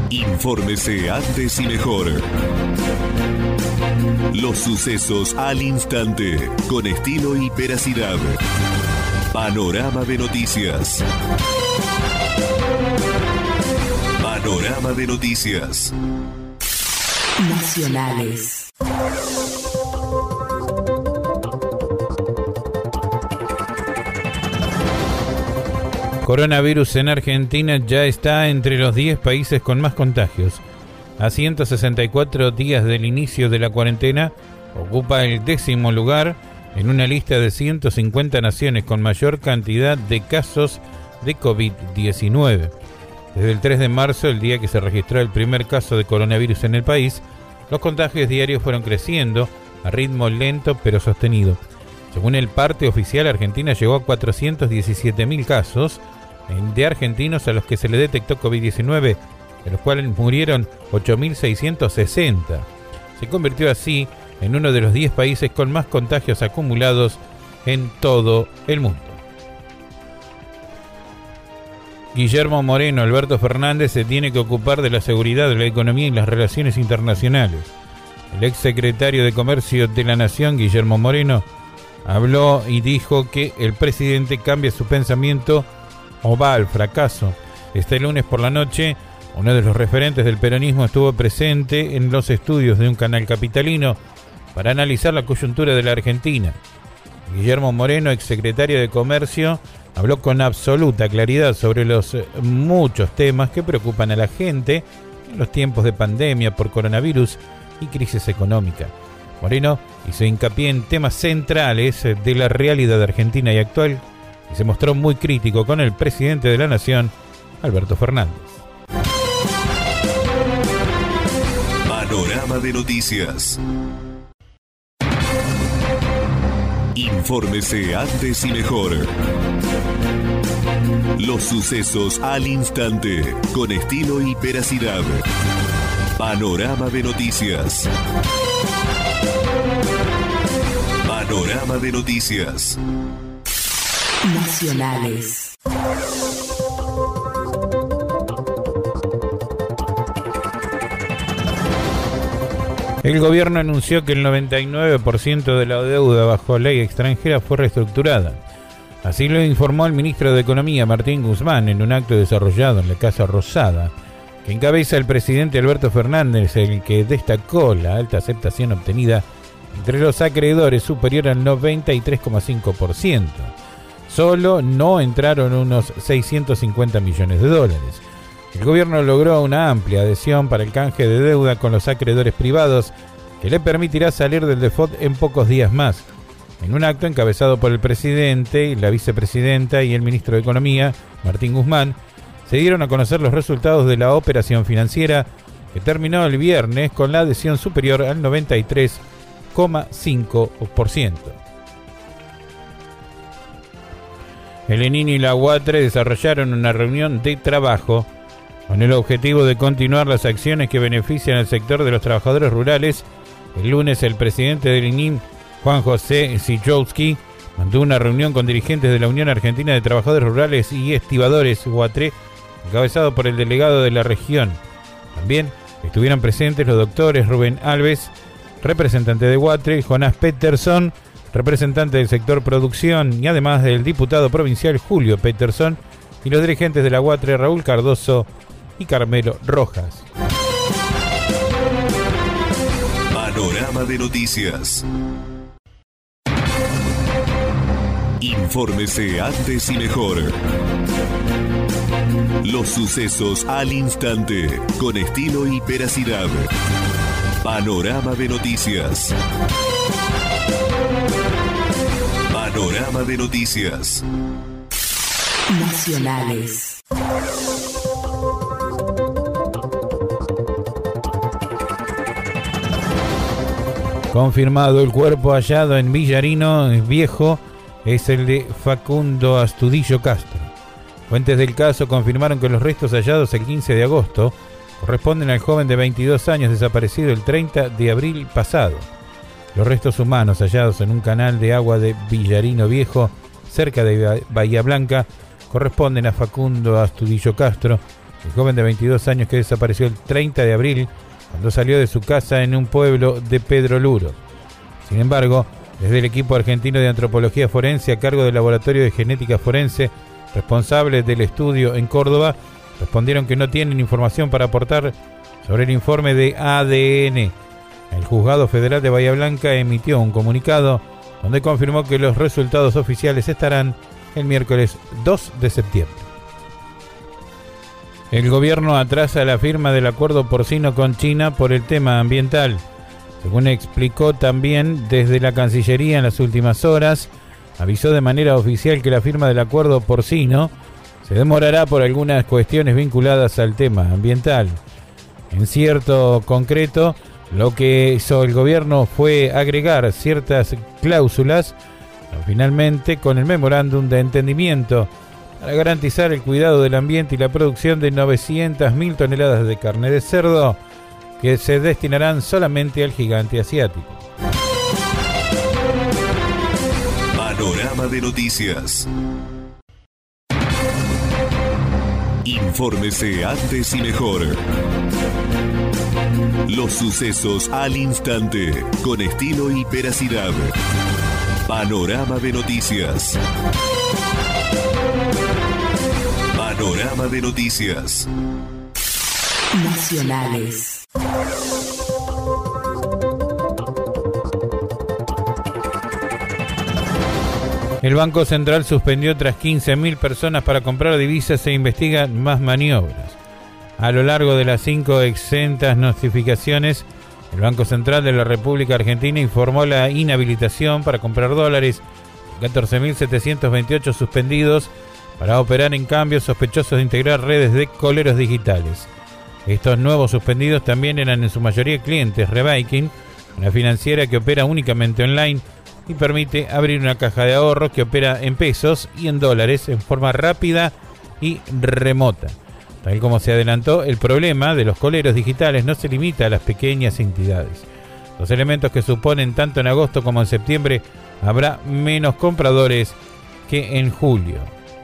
Infórmese antes y mejor. Los sucesos al instante, con estilo y veracidad. Panorama de noticias. Panorama de noticias. Nacionales. Coronavirus en Argentina ya está entre los 10 países con más contagios. A 164 días del inicio de la cuarentena, ocupa el 10º lugar en una lista de 150 naciones con mayor cantidad de casos de COVID-19. Desde el 3 de marzo, el día que se registró el primer caso de coronavirus en el país, los contagios diarios fueron creciendo a ritmo lento pero sostenido. Según el parte oficial, Argentina llegó a 417.000 casos de argentinos a los que se le detectó COVID-19, de los cuales murieron 8.660. Se convirtió así en uno de los 10 países con más contagios acumulados en todo el mundo. Guillermo Moreno, Alberto Fernández se tiene que ocupar de la seguridad, de la economía y las relaciones internacionales. El exsecretario de Comercio de la Nación, Guillermo Moreno, habló y dijo que el presidente cambia su pensamiento o va al fracaso. Este lunes por la noche, uno de los referentes del peronismo estuvo presente en los estudios de un canal capitalino para analizar la coyuntura de la Argentina. Guillermo Moreno, exsecretario de Comercio, habló con absoluta claridad sobre los muchos temas que preocupan a la gente en los tiempos de pandemia por coronavirus y crisis económica. Moreno hizo hincapié en temas centrales de la realidad argentina y actual y se mostró muy crítico con el presidente de la Nación, Alberto Fernández. Panorama de noticias. Infórmese antes y mejor. Los sucesos al instante, con estilo y veracidad. Panorama de noticias. Panorama de noticias. Nacionales. El gobierno anunció que el 99% de la deuda bajo ley extranjera fue reestructurada. Así lo informó el ministro de Economía, Martín Guzmán, en un acto desarrollado en la Casa Rosada, que encabeza el presidente Alberto Fernández, el que destacó la alta aceptación obtenida entre los acreedores, superior al 93,5%. Solo no entraron unos 650 millones de dólares. El gobierno logró una amplia adhesión para el canje de deuda con los acreedores privados que le permitirá salir del default en pocos días más. En un acto encabezado por el presidente, la vicepresidenta y el ministro de Economía, Martín Guzmán, se dieron a conocer los resultados de la operación financiera que terminó el viernes con la adhesión superior al 93,5%. El ENIN y la UATRE desarrollaron una reunión de trabajo con el objetivo de continuar las acciones que benefician al sector de los trabajadores rurales. El lunes, el presidente del ENIN, Juan José Sijowski, mantuvo una reunión con dirigentes de la Unión Argentina de Trabajadores Rurales y Estibadores, UATRE, encabezado por el delegado de la región. También estuvieron presentes los doctores Rubén Alves, representante de UATRE, Jonás Peterson, representante del sector producción, y además del diputado provincial Julio Peterson, y los dirigentes de la UATRE, Raúl Cardoso y Carmelo Rojas. Panorama de noticias. Infórmese antes y mejor. Los sucesos al instante, con estilo y veracidad. Panorama de noticias. Panorama de noticias. Nacionales. Confirmado, el cuerpo hallado en Villarino Viejo es el de Facundo Astudillo Castro. Fuentes del caso confirmaron que los restos hallados el 15 de agosto corresponden al joven de 22 años desaparecido el 30 de abril pasado. Los restos humanos hallados en un canal de agua de Villarino Viejo, cerca de Bahía Blanca, corresponden a Facundo Astudillo Castro, el joven de 22 años que desapareció el 30 de abril cuando salió de su casa en un pueblo de Pedro Luro. Sin embargo, desde el equipo argentino de antropología forense a cargo del laboratorio de genética forense, responsable del estudio en Córdoba, respondieron que no tienen información para aportar sobre el informe de ADN. El Juzgado Federal de Bahía Blanca emitió un comunicado donde confirmó que los resultados oficiales estarán el miércoles 2 de septiembre. El gobierno atrasa la firma del acuerdo porcino con China por el tema ambiental. Según explicó también desde la Cancillería en las últimas horas, avisó de manera oficial que la firma del acuerdo porcino se demorará por algunas cuestiones vinculadas al tema ambiental. En cierto concreto, lo que hizo el gobierno fue agregar ciertas cláusulas, finalmente con el memorándum de entendimiento, para garantizar el cuidado del ambiente y la producción de 900.000 toneladas de carne de cerdo, que se destinarán solamente al gigante asiático. Panorama de noticias. Infórmese antes y mejor. Los sucesos al instante, con estilo y veracidad. Panorama de noticias. Panorama de noticias. Nacionales. El Banco Central suspendió tras 15.000 personas para comprar divisas e investigan más maniobras. A lo largo de las 5 exentas notificaciones, el Banco Central de la República Argentina informó la inhabilitación para comprar dólares, 14.728 suspendidos para operar en cambios sospechosos de integrar redes de coleros digitales. Estos nuevos suspendidos también eran en su mayoría clientes Reviking, una financiera que opera únicamente online y permite abrir una caja de ahorros que opera en pesos y en dólares en forma rápida y remota. Tal como se adelantó, el problema de los coleros digitales no se limita a las pequeñas entidades. Los elementos que suponen tanto en agosto como en septiembre habrá menos compradores que en julio.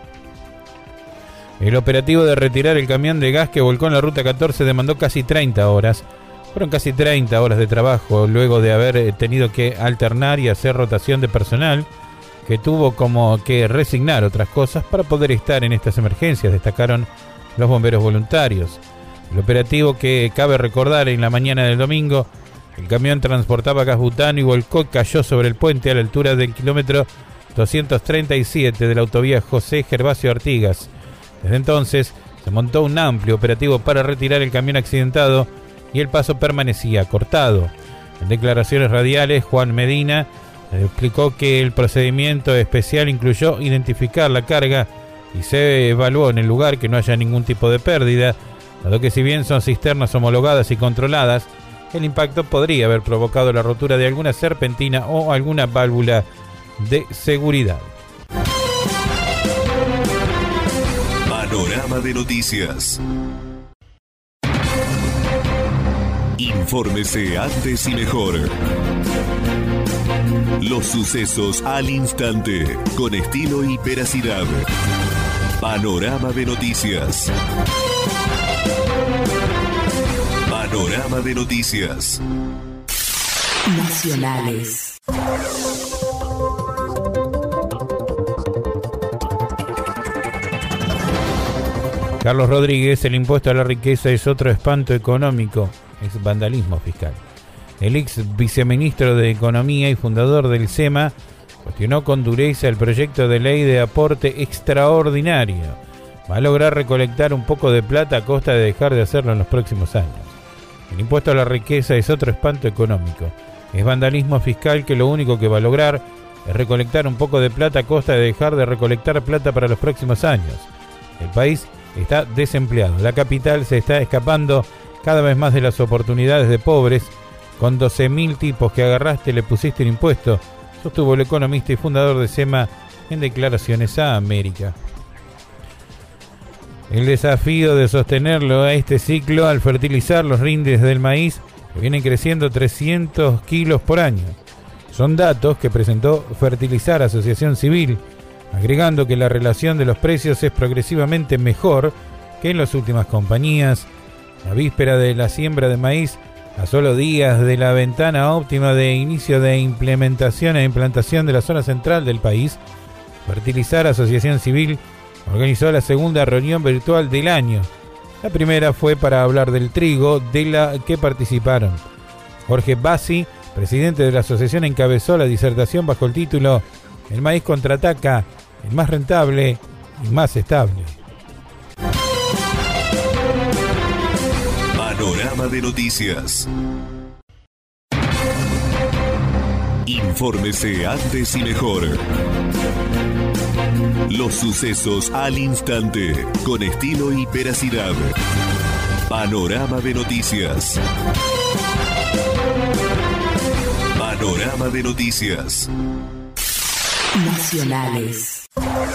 El operativo de retirar el camión de gas que volcó en la ruta 14 demandó casi 30 horas. Fueron casi 30 horas de trabajo luego de haber tenido que alternar y hacer rotación de personal que tuvo como que resignar otras cosas para poder estar en estas emergencias, destacaron los bomberos voluntarios. El operativo, que cabe recordar en la mañana del domingo, el camión transportaba gas butano y volcó y cayó sobre el puente a la altura del kilómetro 237 de la autovía José Gervasio Artigas. Desde entonces se montó un amplio operativo para retirar el camión accidentado y el paso permanecía cortado. En declaraciones radiales, Juan Medina explicó que el procedimiento especial incluyó identificar la carga y se evaluó en el lugar que no haya ningún tipo de pérdida, dado que si bien son cisternas homologadas y controladas, el impacto podría haber provocado la rotura de alguna serpentina o alguna válvula de seguridad. Panorama de noticias. Infórmese antes y mejor. Los sucesos al instante, con estilo y veracidad. Panorama de noticias. Panorama de noticias. Nacionales. Carlos Rodríguez: el impuesto a la riqueza es otro espanto económico, es vandalismo fiscal. El ex viceministro de Economía y fundador del SEMA cuestionó con dureza el proyecto de ley de aporte extraordinario. Va a lograr recolectar un poco de plata a costa de dejar de hacerlo en los próximos años. El impuesto a la riqueza es otro espanto económico, es vandalismo fiscal que lo único que va a lograr es recolectar un poco de plata a costa de dejar de recolectar plata para los próximos años. El país está desempleado, la capital se está escapando cada vez más de las oportunidades de pobres. Con 12.000 tipos que agarraste le pusiste el impuesto, sostuvo el economista y fundador de SEMA en declaraciones a América. El desafío de sostenerlo a este ciclo al fertilizar los rindes del maíz, que vienen creciendo 300 kilos por año. Son datos que presentó Fertilizar Asociación Civil, agregando que la relación de los precios es progresivamente mejor que en las últimas compañías. La víspera de la siembra de maíz, a solo días de la ventana óptima de inicio de implementación e implantación de la zona central del país, Fertilizar Asociación Civil organizó la segunda reunión virtual del año. La primera fue para hablar del trigo, de la que participaron. Jorge Bassi, presidente de la asociación, encabezó la disertación bajo el título "El maíz contraataca, el más rentable y más estable". Panorama de noticias. Infórmese antes y mejor. Los sucesos al instante, con estilo y veracidad. Panorama de noticias. Panorama de noticias. Nacionales.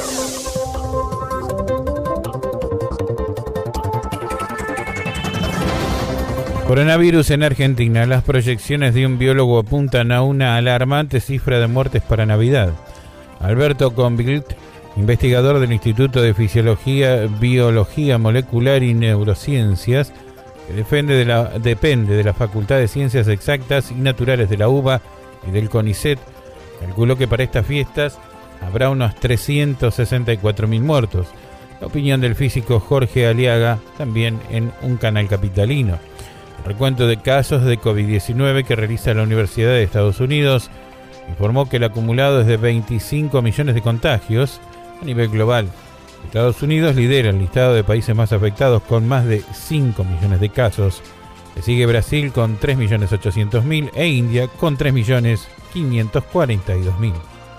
Coronavirus en Argentina. Las proyecciones de un biólogo apuntan a una alarmante cifra de muertes para Navidad. Alberto Convilt, investigador del Instituto de Fisiología, Biología Molecular y Neurociencias, que depende de la Facultad de Ciencias Exactas y Naturales de la UBA y del CONICET, calculó que para estas fiestas habrá unos 364.000 muertos. La opinión del físico Jorge Aliaga, también en un canal capitalino. El recuento de casos de COVID-19 que realiza la Universidad de Estados Unidos informó que el acumulado es de 25 millones de contagios a nivel global. Estados Unidos lidera el listado de países más afectados con más de 5 millones de casos. Le sigue Brasil con 3.800.000 e India con 3.542.000.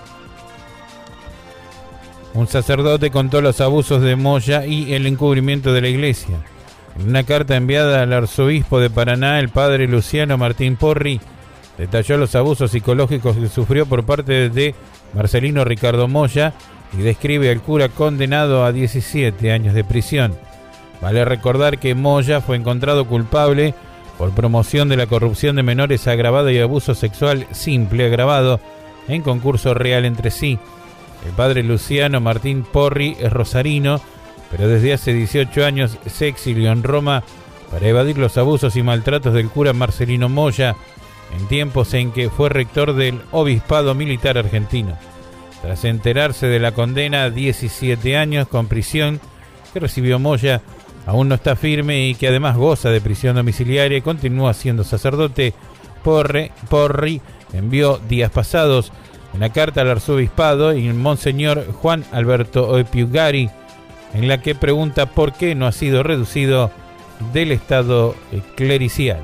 Un sacerdote contó los abusos de Moya y el encubrimiento de la iglesia. En una carta enviada al arzobispo de Paraná, el padre Luciano Martín Porri detalló los abusos psicológicos que sufrió por parte de Marcelino Ricardo Moya y describe al cura condenado a 17 años de prisión. Vale recordar que Moya fue encontrado culpable por promoción de la corrupción de menores agravada y abuso sexual simple agravado en concurso real entre sí. El padre Luciano Martín Porri es rosarino, pero desde hace 18 años se exilió en Roma para evadir los abusos y maltratos del cura Marcelino Moya, en tiempos en que fue rector del Obispado Militar Argentino. Tras enterarse de la condena a 17 años con prisión que recibió Moya, aún no está firme y que además goza de prisión domiciliaria y continúa siendo sacerdote. Porri envió días pasados una carta al arzobispado y el monseñor Juan Alberto Epiugari, en la que pregunta por qué no ha sido reducido del estado clericial.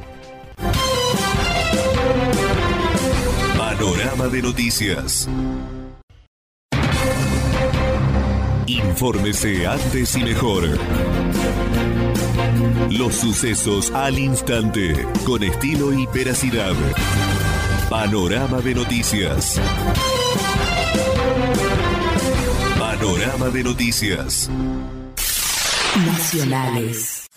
Panorama de noticias. Infórmese antes y mejor. Los sucesos al instante, con estilo y veracidad. Panorama de noticias. Panorama de noticias. Nacionales.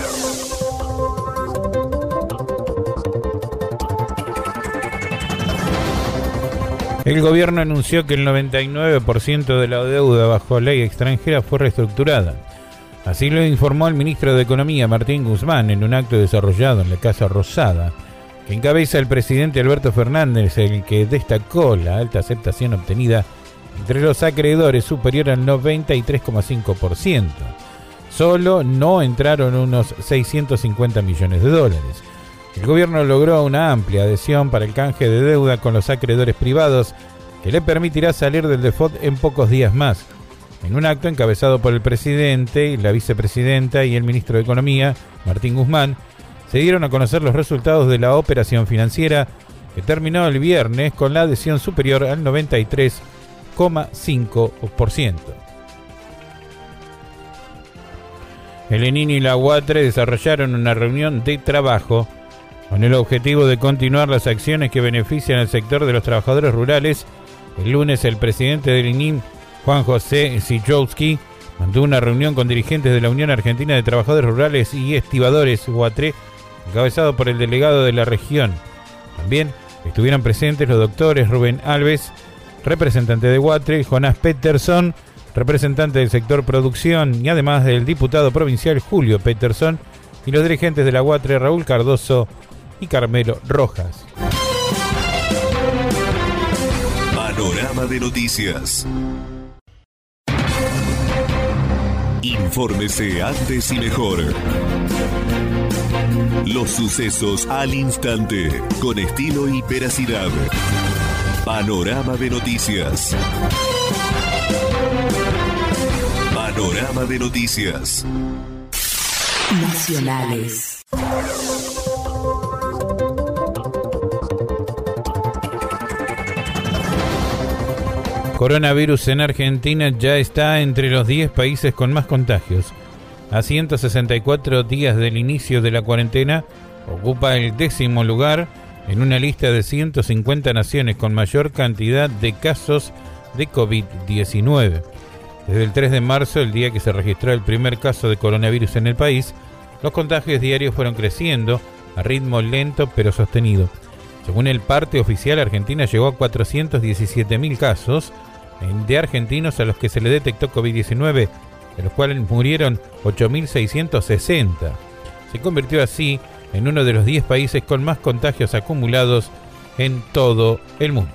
El gobierno anunció que el 99% de la deuda bajo ley extranjera fue reestructurada. Así lo informó el ministro de Economía, Martín Guzmán, en un acto desarrollado en la Casa Rosada, que encabeza el presidente Alberto Fernández, el que destacó la alta aceptación obtenida entre los acreedores, superior al 93,5%. Solo no entraron unos 650 millones de dólares. El gobierno logró una amplia adhesión para el canje de deuda con los acreedores privados, que le permitirá salir del default en pocos días más. En un acto encabezado por el presidente, la vicepresidenta y el ministro de Economía, Martín Guzmán, se dieron a conocer los resultados de la operación financiera, que terminó el viernes con la adhesión superior al 93,5%. El ENIN y la UATRE desarrollaron una reunión de trabajo con el objetivo de continuar las acciones que benefician al sector de los trabajadores rurales. El lunes, el presidente del ENIN, Juan José Sijowski, mantuvo una reunión con dirigentes de la Unión Argentina de Trabajadores Rurales y Estibadores, UATRE, encabezado por el delegado de la región. También estuvieron presentes los doctores Rubén Alves, representante de UATRE, Jonás Peterson, representante del sector producción y además del diputado provincial Julio Peterson y los dirigentes de la UATRE Raúl Cardoso y Carmelo Rojas. Panorama de noticias. Infórmese antes y mejor. Los sucesos al instante, con estilo y veracidad. Panorama de noticias. Panorama de noticias. Nacionales. Coronavirus en Argentina ya está entre los 10 países con más contagios. A 164 días del inicio de la cuarentena, ocupa el 10º lugar en una lista de 150 naciones con mayor cantidad de casos de COVID-19. Desde el 3 de marzo, el día que se registró el primer caso de coronavirus en el país, los contagios diarios fueron creciendo a ritmo lento pero sostenido. Según el parte oficial, Argentina llegó a 417.000 casos de argentinos a los que se le detectó COVID-19, de los cuales murieron 8.660. Se convirtió así en uno de los 10 países con más contagios acumulados en todo el mundo.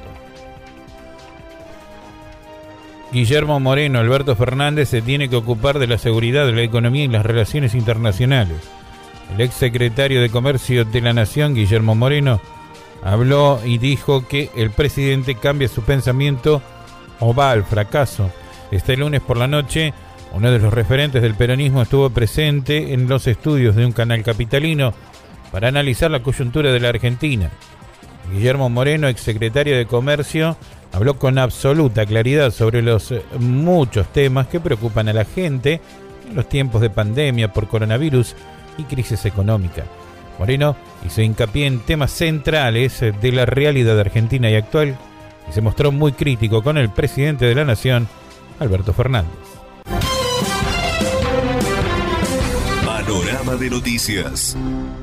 Guillermo Moreno, Alberto Fernández se tiene que ocupar de la seguridad, de la economía y las relaciones internacionales. El exsecretario de Comercio de la Nación, Guillermo Moreno, habló y dijo que el presidente cambia su pensamiento o va al fracaso. Este lunes por la noche, uno de los referentes del peronismo estuvo presente en los estudios de un canal capitalino para analizar la coyuntura de la Argentina. Guillermo Moreno, exsecretario de Comercio, habló con absoluta claridad sobre los muchos temas que preocupan a la gente en los tiempos de pandemia por coronavirus y crisis económica. Moreno hizo hincapié en temas centrales de la realidad argentina y actual y se mostró muy crítico con el presidente de la Nación, Alberto Fernández. Panorama de noticias.